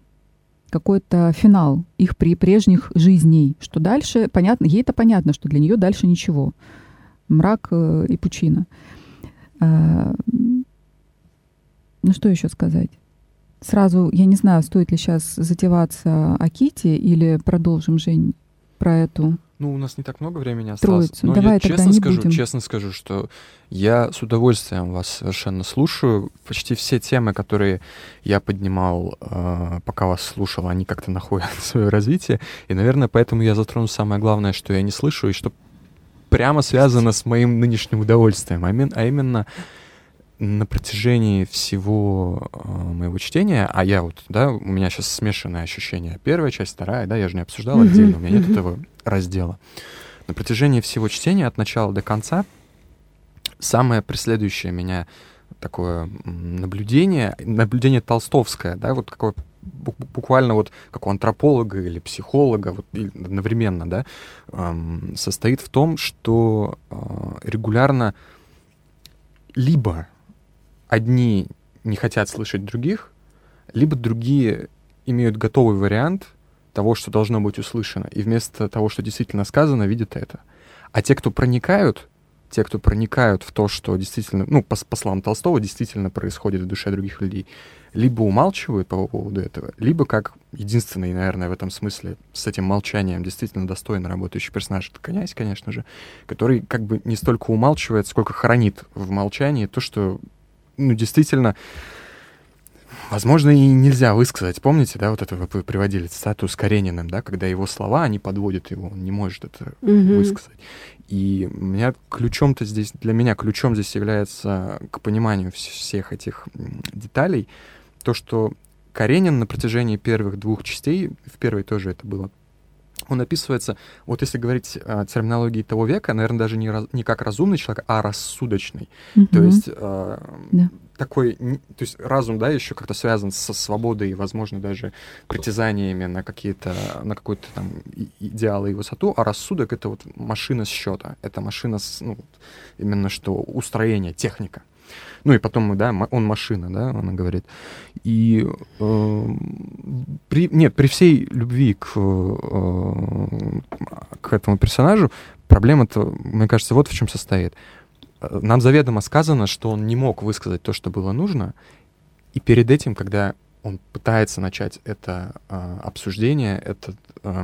какой-то финал их при прежних жизней. Что дальше, понятно, ей-то понятно, что для нее дальше ничего. Мрак э, и пучина. Э, ну, что еще сказать? Сразу, я не знаю, стоит ли сейчас затеваться о Ките или продолжим, Жень, про эту... Ну, у нас не так много времени осталось. Троицу. Но Давай я тогда честно не скажу, будем. честно скажу, что я с удовольствием вас совершенно слушаю. Почти все темы, которые я поднимал, э, пока вас слушал, они как-то находят свое развитие. И, наверное, поэтому я затрону самое главное, что я не слышу, и что прямо связано с моим нынешним удовольствием. А именно на протяжении всего э, моего чтения, а я вот, да, у меня сейчас смешанное ощущение. Первая часть, вторая, да, я же не обсуждал mm-hmm. отдельно, у меня нет этого раздела. На протяжении всего чтения, от начала до конца, самое преследующее меня такое наблюдение, наблюдение толстовское, да, вот какое буквально вот как у антрополога или психолога, вот одновременно, да, эм, состоит в том, что э, регулярно либо одни не хотят слышать других, либо другие имеют готовый вариант того, что должно быть услышано, и вместо того, что действительно сказано, видят это. А те, кто проникают, те, кто проникают в то, что действительно, ну, по, по словам Толстого, действительно происходит в душе других людей, либо умалчивают по поводу этого, либо, как единственный, наверное, в этом смысле, с этим молчанием действительно достойно работающий персонаж, это князь, конечно же, который как бы не столько умалчивает, сколько хранит в молчании то, что, ну, действительно, возможно, и нельзя высказать. Помните, да, вот это вы приводили цитату с Карениным, да, когда его слова, они подводят его, он не может это mm-hmm. высказать. И у меня ключом-то здесь, для меня ключом здесь является к пониманию всех этих деталей то, что Каренин на протяжении первых двух частей, в первой тоже это было, он описывается, вот если говорить о терминологии того века, наверное, даже не, раз, не как разумный человек, а рассудочный. Mm-hmm. То есть э, да. такой, то есть разум, да, еще как-то связан со свободой и, возможно, даже притязаниями на какие-то, на какой-то там идеалы и высоту, а рассудок — это вот машина счета, это машина, ну, именно что устроение, техника. Ну и потом, да, он машина, да, она говорит. И э, при, нет, при всей любви к, э, к этому персонажу проблема-то, мне кажется, вот в чем состоит. Нам заведомо сказано, что он не мог высказать то, что было нужно, и перед этим, когда он пытается начать это э, обсуждение, этот, э,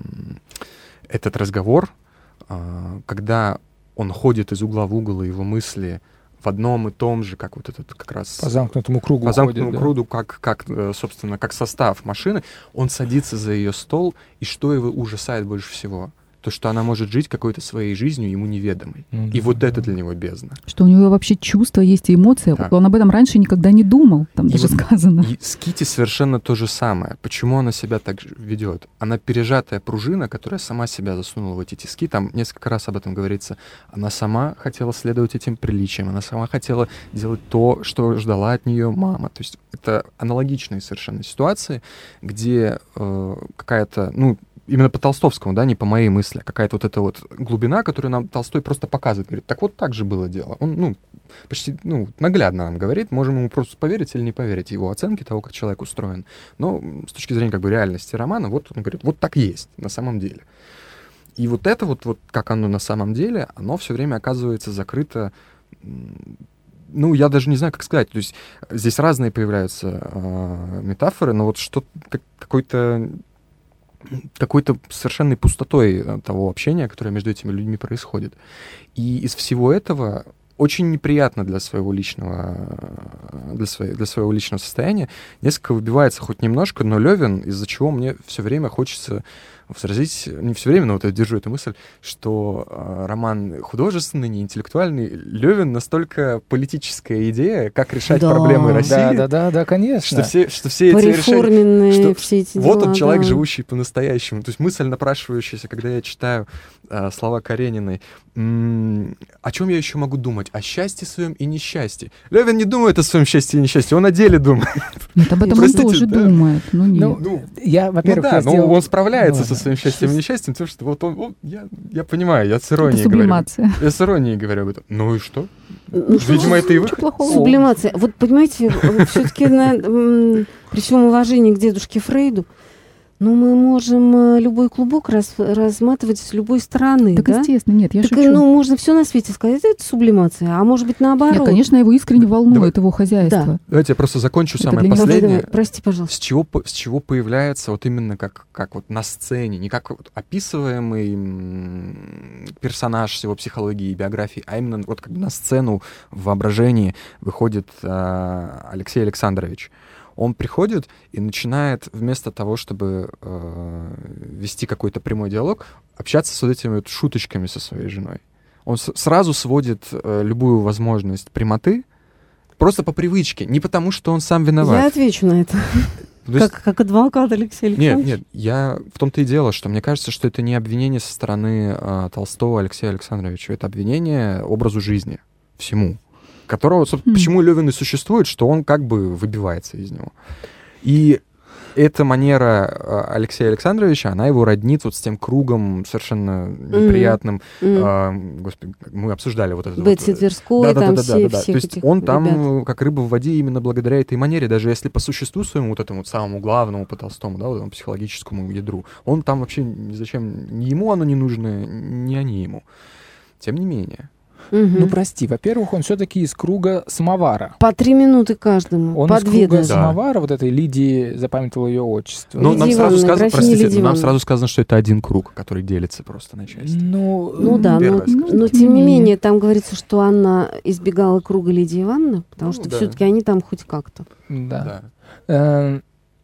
этот разговор, э, когда он ходит из угла в угол, и его мысли в одном и том же, как вот этот как раз... По замкнутому кругу По замкнутому ходит, кругу, да? как, как, собственно, как состав машины, он садится за ее стол, и что его ужасает больше всего? То, что она может жить какой-то своей жизнью, ему неведомой. Mm-hmm. И вот это для него бездна. Что у него вообще чувства есть и эмоции. Да. Он об этом раньше никогда не думал, там и даже вот сказано. И с Кити совершенно то же самое. Почему она себя так ведет? Она пережатая пружина, которая сама себя засунула в эти тиски. Там несколько раз об этом говорится. Она сама хотела следовать этим приличиям. Она сама хотела делать то, что ждала от нее мама. То есть это аналогичные совершенно ситуации, где э, какая-то... ну именно по Толстовскому, да, не по моей мысли, а какая-то вот эта вот глубина, которую нам Толстой просто показывает. Говорит, так вот так же было дело. Он, ну, почти, ну, наглядно нам говорит, можем ему просто поверить или не поверить его оценки того, как человек устроен. Но с точки зрения как бы реальности романа, вот он говорит, вот так есть на самом деле. И вот это вот, вот как оно на самом деле, оно все время оказывается закрыто. Ну, я даже не знаю, как сказать. То есть здесь разные появляются э, метафоры, но вот что как, какой-то какой-то совершенной пустотой того общения, которое между этими людьми происходит. И из всего этого очень неприятно для своего личного, для, своей, для своего личного состояния несколько выбивается хоть немножко, но Лёвин, из-за чего мне все время хочется возразить, не все время, но вот я держу эту мысль, что э, роман художественный, не интеллектуальный. Лёвин настолько политическая идея, как решать да, проблемы России. Да, да, да, да, конечно. Что все, что все эти решения... Что, все эти вот дела, он человек, да. живущий по-настоящему. То есть мысль, напрашивающаяся, когда я читаю э, слова Карениной, м- о чем я еще могу думать? О счастье своем и несчастье. Лёвин не думает о своем счастье и несчастье, он о деле думает. Нет, об этом он тоже думает. Ну, нет. Ну, я, во-первых, ну, да, я сделал... но он справляется ну, со своим счастьем и несчастьем, потому что вот он, он я, я понимаю, я с иронией это сублимация. говорю. Я с иронией говорю об этом. Ну и что? Ну, Видимо, это и выход. Сублимация. Вот понимаете, все-таки при всем уважении к дедушке Фрейду, но мы можем любой клубок раз, разматывать с любой стороны. Так, да? естественно, нет, я так, шучу. Ну, можно все на свете сказать, это сублимация, а может быть наоборот. Нет, конечно, его искренне волнует Давай. его хозяйство. Да. Давайте я просто закончу это самое последнее. Давай, прости, пожалуйста. С чего, с чего появляется вот именно как, как вот на сцене, не как вот описываемый м- персонаж с его психологией и биографией, а именно вот как на сцену в воображении выходит э, Алексей Александрович. Он приходит и начинает вместо того, чтобы э, вести какой-то прямой диалог, общаться с вот этими вот шуточками со своей женой. Он с- сразу сводит э, любую возможность прямоты просто по привычке, не потому, что он сам виноват. Я отвечу на это. Есть... Как, как адвокат Алексей Александрович. Нет, нет, я в том-то и дело, что мне кажется, что это не обвинение со стороны э, Толстого Алексея Александровича, это обвинение образу жизни всему. Которого, mm. почему Лёвин и существует, что он как бы выбивается из него. И эта манера Алексея Александровича, она его роднит вот с тем кругом совершенно неприятным. Mm. А, господи, мы обсуждали вот это. Бетси вот. Тверской, да, там да, все, да, да, да. всех То есть этих он там ребят. Как рыба в воде именно благодаря этой манере, даже если по существу своему вот этому вот самому главному по Толстому, да, вот этому психологическому ядру, он там вообще ни зачем, ни ему оно не нужно, ни они ему. Тем не менее. Угу. Ну, прости, во-первых, он все-таки из круга самовара. По три минуты каждому, он по из две круга даже. самовара, вот этой Лидии, запамятовал ее отчество. Ну, нам сразу, сказано, простите, Лидия нам сразу сказано, что это один круг, который делится просто на части. Ну, ну да, но, но тем не менее, там говорится, что Анна избегала круга Лидии Ивановны, потому ну, что да. все-таки они там хоть как-то. Да. да.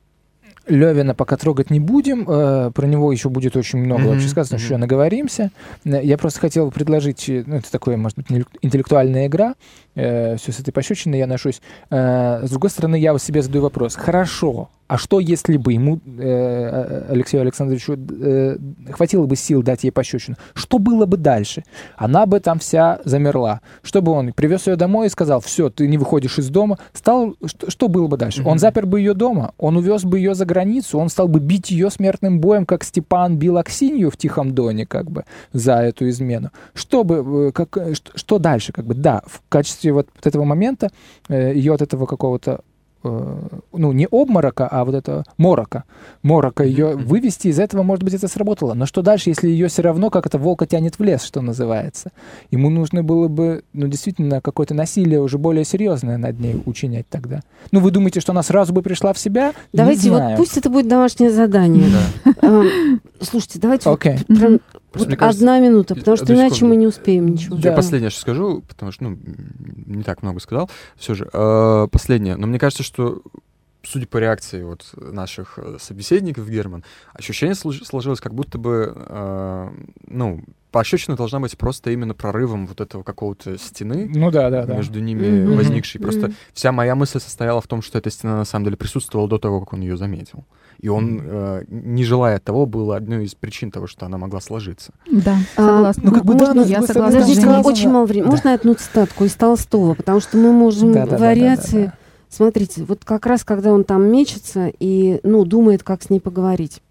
Лёвина пока трогать не будем, э, про него еще будет очень много mm-hmm. вообще сказано, mm-hmm. что наговоримся. Я просто хотел предложить, ну, это такое, может быть, интеллектуальная игра, э, все с этой пощечиной я ношусь. Э, с другой стороны, я вот себе задаю вопрос, хорошо, А что, если бы ему, э, Алексею Александровичу, э, хватило бы сил дать ей пощечину? Что было бы дальше? Она бы там вся замерла. Что бы он привез ее домой и сказал, все, ты не выходишь из дома. Стал, что, что было бы дальше? Mm-hmm. Он запер бы ее дома, он увез бы ее за границу, он стал бы бить ее смертным боем, как Степан бил Аксинью в Тихом Доне, как бы, за эту измену. Что бы, как, что, что дальше? Как бы, да, в качестве вот, вот этого момента э, ее от этого какого-то ну, не обморока, а вот это морока. Морока ее mm-hmm. вывести из этого, может быть, это сработало. Но что дальше, если ее все равно, как это волка тянет в лес, что называется? Ему нужно было бы, ну, действительно, какое-то насилие уже более серьезное над ней учинять тогда. Ну, вы думаете, что она сразу бы пришла в себя? Давайте, вот пусть это будет домашнее задание. Слушайте, давайте прям... Вот одна кажется, минута, потому что иначе секунду. Мы не успеем ничего. Я да. последнее сейчас скажу, потому что, ну, не так много сказал. Все же, э, последнее. Но мне кажется, что, судя по реакции вот наших собеседников, Герман, ощущение сложилось, как будто бы, э, ну, пощечина должна быть просто именно прорывом вот этого какого-то стены ну, да, да, между да. ними mm-hmm. возникшей. Просто mm-hmm. вся моя мысль состояла в том, что эта стена на самом деле присутствовала до того, как он ее заметил. И он, э, не желая того, было одной из причин того, что она могла сложиться. Да, согласна. А, ну, как бы, можно, да, я согласна. Подождите, очень мало времени. Да. Можно одну цитатку из Толстого? Потому что мы можем да, да, вариации... Да, да, да, да. Смотрите, вот как раз, когда он там мечется и, ну, думает, как с ней поговорить.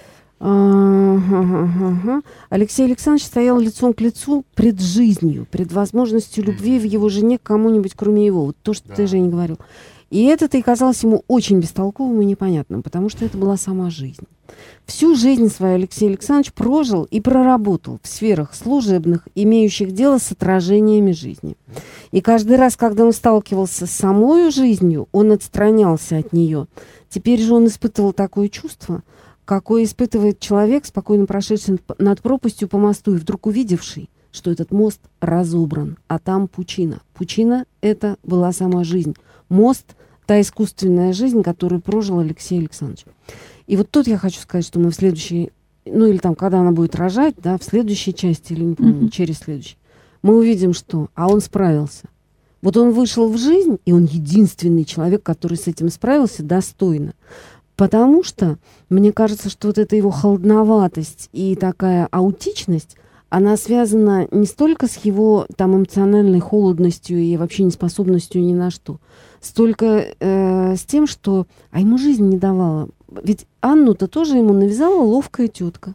А-га-га-га. Алексей Александрович стоял лицом к лицу пред жизнью, пред возможностью любви в его жене к кому-нибудь, кроме его. Вот то, что да. ты, Женя, говорил. И это-то и казалось ему очень бестолковым и непонятным, потому что это была сама жизнь. Всю жизнь свою Алексей Александрович прожил и проработал в сферах служебных, имеющих дело с отражениями жизни. И каждый раз, когда он сталкивался с самой жизнью, он отстранялся от нее. Теперь же он испытывал такое чувство, какое испытывает человек, спокойно прошедший над пропастью по мосту и вдруг увидевший, что этот мост разобран, а там пучина. Пучина — это была сама жизнь. Мост — та искусственная жизнь, которую прожил Алексей Александрович. И вот тут я хочу сказать, что мы в следующей, ну или там, когда она будет рожать, да, в следующей части, или не помню, mm-hmm. через следующий, мы увидим, что, а он справился. Вот он вышел в жизнь, и он единственный человек, который с этим справился достойно. Потому что, мне кажется, что вот эта его холодноватость и такая аутичность, она связана не столько с его там эмоциональной холодностью и вообще неспособностью ни на что, столько э, с тем, что а ему жизнь не давала. Ведь Анну-то тоже ему навязала ловкая тетка.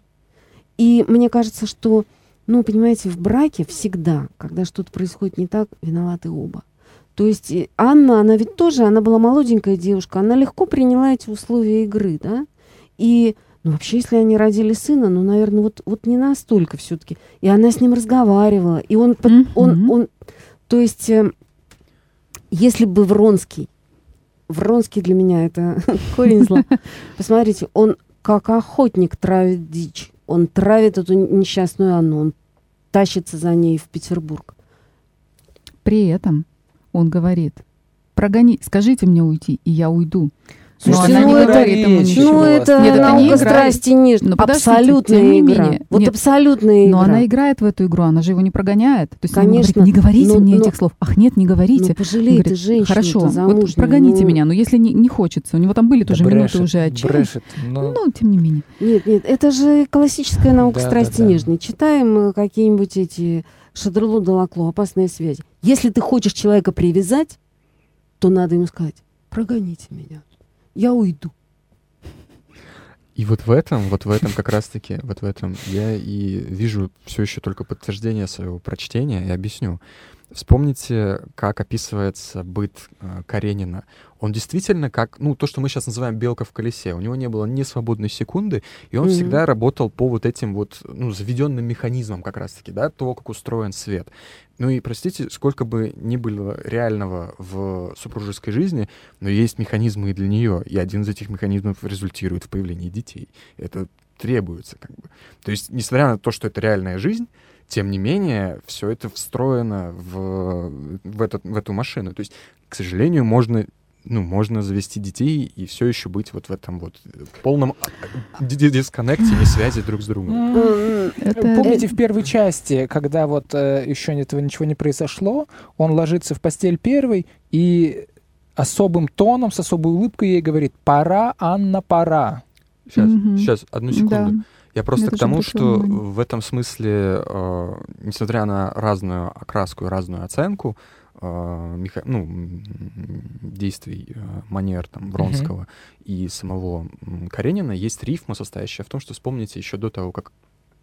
И мне кажется, что, ну, понимаете, в браке всегда, когда что-то происходит не так, виноваты оба. То есть Анна, она ведь тоже, она была молоденькая девушка, она легко приняла эти условия игры, да, и... Ну, вообще, если они родили сына, ну, наверное, вот, вот не настолько все-таки. И она с ним разговаривала. И он... Mm-hmm. он, он то есть, э, если бы Вронский... Вронский для меня это корень зла. Посмотрите, он как охотник травит дичь. Он травит эту несчастную Анну. Он тащится за ней в Петербург. При этом он говорит, прогони, скажите мне уйти, и я уйду. Слушайте, ну, это, ну это нет, наука страсти нежная. Абсолютная игра. Менее, вот нет, абсолютная игра. Но она играет в эту игру, она же его не прогоняет. То есть конечно. Он говорит, не говорите но, мне но, этих слов. Ах, нет, не говорите. Ну, пожалей ты женщину. Хорошо, вот прогоните ну... меня, но если не, не хочется. У него там были да тоже брешет, минуты уже отчаяния. Брешет, но... Ну, тем не менее. Нет, нет, это же классическая наука да, страсти да, да. нежной. Читаем какие-нибудь эти Шадрело де Лакло, «Опасные связи». Если ты хочешь человека привязать, то надо ему сказать, прогоните меня. Я уйду. И вот в этом, вот в этом как раз-таки, вот в этом я и вижу все еще только подтверждение своего прочтения, и объясню. Вспомните, как описывается быт э, Каренина. Он действительно как, ну, то, что мы сейчас называем белка в колесе. У него не было ни свободной секунды, и он mm-hmm. всегда работал по вот этим вот, ну, заведенным механизмам как раз-таки, да, того, как устроен свет. Ну и, простите, сколько бы ни было реального в супружеской жизни, но есть механизмы и для нее, и один из этих механизмов результирует в появлении детей. Это требуется, как бы. То есть, несмотря на то, что это реальная жизнь, тем не менее, все это встроено в, в, этот, в эту машину. То есть, к сожалению, можно, ну, можно завести детей и все еще быть вот в этом вот полном дисконнекте, не связи друг с другом. Это... Помните, в первой части, когда вот э, еще этого ничего не произошло, он ложится в постель первый, и особым тоном, с особой улыбкой ей говорит: «Пора, Анна, пора». Сейчас, Мгм. сейчас, одну секунду. Да. Я просто Я к тоже тому, обратила что внимание. в этом смысле, э, несмотря на разную окраску и разную оценку э, меха- ну, м, действий, э, манер там, Вронского и самого м, Каренина, есть рифма, состоящая в том, что вспомните еще до того, как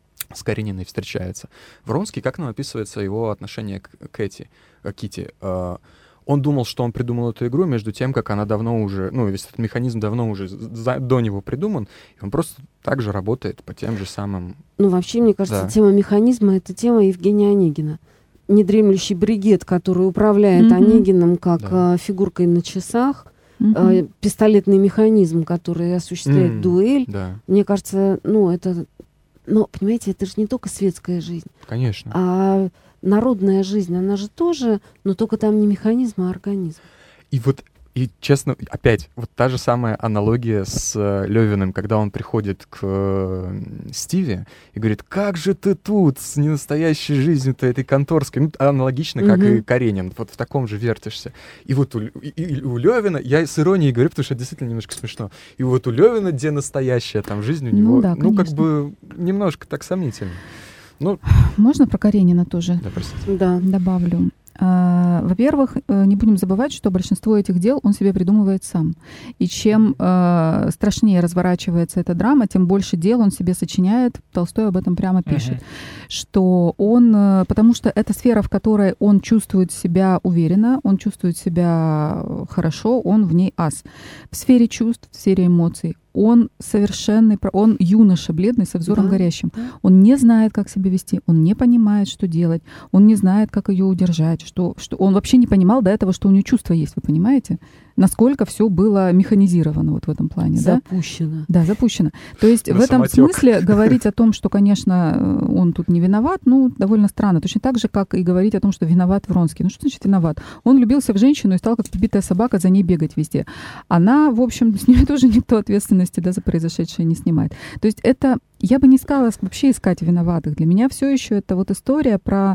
с Карениной встречается. Вронский, как нам описывается его отношение к Кэти, к Кити? Э, Он думал, что он придумал эту игру, между тем, как она давно уже, ну, весь этот механизм давно уже за- до него придуман, и он просто так же работает по тем же самым... Ну, вообще, мне кажется, Да. тема механизма — это тема Евгения Онегина. Недремлющий бригет, который управляет Мгм. Онегиным как Да. э, фигуркой на часах, Мгм. э, пистолетный механизм, который осуществляет М, дуэль. Да, Мне кажется, ну, это... Но, понимаете, это же не только светская жизнь, конечно. а народная жизнь, она же тоже, но только там не механизм, а организм. И вот, и честно, опять, вот та же самая аналогия с э, Левиным, когда он приходит к э, Стиве и говорит: как же ты тут с ненастоящей жизнью-то этой конторской? Ну, аналогично, как Мгм. и Каренин, вот в таком же вертишься. И вот у, Ль- и- и у Левина, я с иронией говорю, потому что это действительно немножко смешно, и вот у Левина, где настоящая там жизнь у Ну него, да, ну, как конечно. бы немножко так сомнительно. Ну, Можно про Каренина тоже да, простите. Да. добавлю? А, Во-первых, э, не будем забывать, что большинство этих дел он себе придумывает сам. И чем э, страшнее разворачивается эта драма, тем больше дел он себе сочиняет. Толстой об этом прямо пишет. Мгм. Что он... э, Потому что это сфера, в которой он чувствует себя уверенно, он чувствует себя хорошо, он в ней ас. В сфере чувств, в сфере эмоций он совершенный, про- он юноша, бледный, со взором Да, горящим. да. Он не знает, как себя вести, он не понимает, что делать, он не знает, как ее удержать, что, что он вообще не понимал до этого, что у нее чувства есть, вы понимаете? Насколько все было механизировано вот в этом плане, да? Запущено. Да, запущено. То есть На в этом самотек. смысле говорить о том, что, конечно, э, он тут не виноват, ну, довольно странно. Точно так же, как и говорить о том, что виноват Вронский. Ну, что значит виноват? Он влюбился в женщину и стал, как побитая собака, за ней бегать везде. Она, в общем, с нее тоже никто ответственности, да, за произошедшее не снимает. То есть это, я бы не сказала вообще искать виноватых. Для меня все еще это вот история про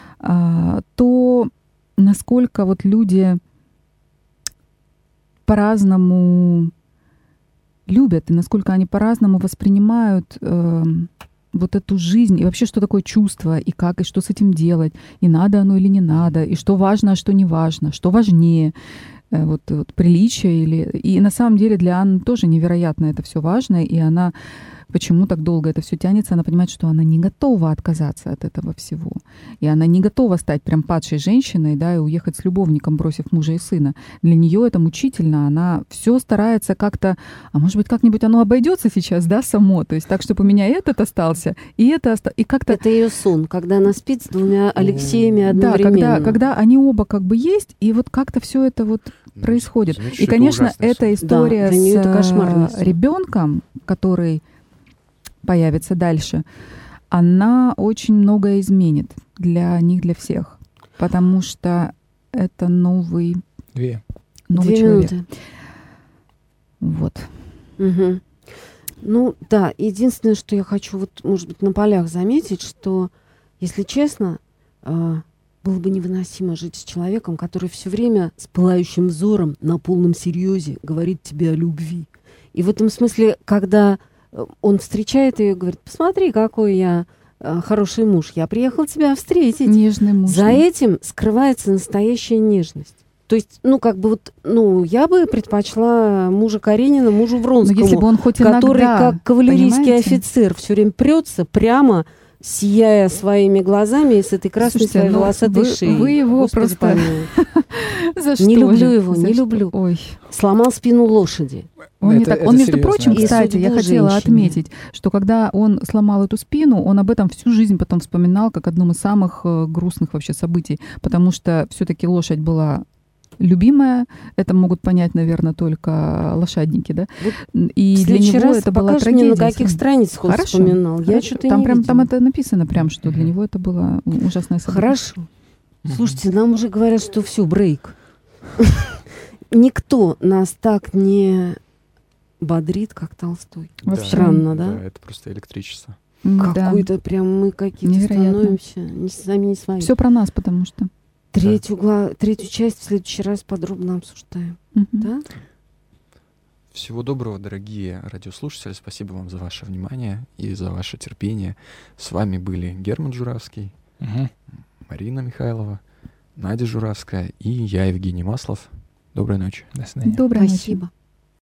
а, то, насколько вот люди по-разному любят и насколько они по-разному воспринимают э, вот эту жизнь и вообще, что такое чувство, и как, и что с этим делать, и надо оно или не надо, и что важно, а что не важно, что важнее, э, вот, вот приличие или... И на самом деле для Анны тоже невероятно это все важно, и она... Почему так долго это все тянется? Она понимает, что она не готова отказаться от этого всего. И она не готова стать прям падшей женщиной, да, и уехать с любовником, бросив мужа и сына. Для нее это мучительно. Она все старается как-то, а может быть, как-нибудь оно обойдется сейчас, да, само. То есть так, чтобы у меня этот остался, и это осталось. И как-то... Это ее сон, когда она спит с двумя Алексеями Да, одновременно. когда, когда они оба как бы есть, и вот как-то все это вот Ну, происходит. значит, И, это конечно, ужасный сон. эта история Да, для неё с это кошмарный сон. ребенком, который появится дальше, она очень многое изменит для них, для всех. Потому что это новый, Две. новый Две человек. минуты. Вот. Мгм. Ну да, единственное, что я хочу, вот, может быть, на полях заметить, что, если честно, а, было бы невыносимо жить с человеком, который все время с пылающим взором на полном серьезе говорит тебе о любви. И в этом смысле, когда э, он встречает ее и говорит: посмотри, какой я э, хороший муж, я приехал тебя встретить. Нежный муж. За этим скрывается настоящая нежность. То есть, ну, как бы вот, ну, я бы предпочла мужа Каренина мужу Но Вронскому, если бы он хоть который, иногда, как кавалерийский понимаете? офицер, все время прется прямо, сияя своими глазами и с этой красной Слушайте, своей ну, волосатой вы- шеей. вы его Господи просто- помилуй. За Не что люблю же? его, За не что? люблю. Ой. Сломал спину лошади. Он, не Это- так, это он, между серьезно. прочим, И кстати, я судьбу хотела женщине. отметить, что когда он сломал эту спину, он об этом всю жизнь потом вспоминал как одном из самых э, грустных вообще событий, потому что все-таки лошадь была любимая, это могут понять, наверное, только лошадники, да? Вот И в для следующий него раз это была покажешь трагедия. мне, на каких страницах он Хорошо, вспоминал. Я хорошо. что-то там не прям видела. там это написано прям, что для Мгм. него это было ужасное событие. Хорошо. Мгм. Слушайте, нам уже говорят, что все, брейк. Никто нас так не бодрит, как Толстой. Вообще. Странно, да? Это просто электричество. М, да. Какой-то прям мы какие-то Невероятно. становимся не сами не свои. Все про нас, потому что. Третью, гла... Третью часть в следующий раз подробно обсуждаем. Мгм. Да? Всего доброго, дорогие радиослушатели. Спасибо вам за ваше внимание и за ваше терпение. С вами были Герман Журавский, Мгм. Марина Михайлова, Надя Журавская и я, Евгений Маслов. Доброй ночи. До свидания. Доброй ночи. Спасибо.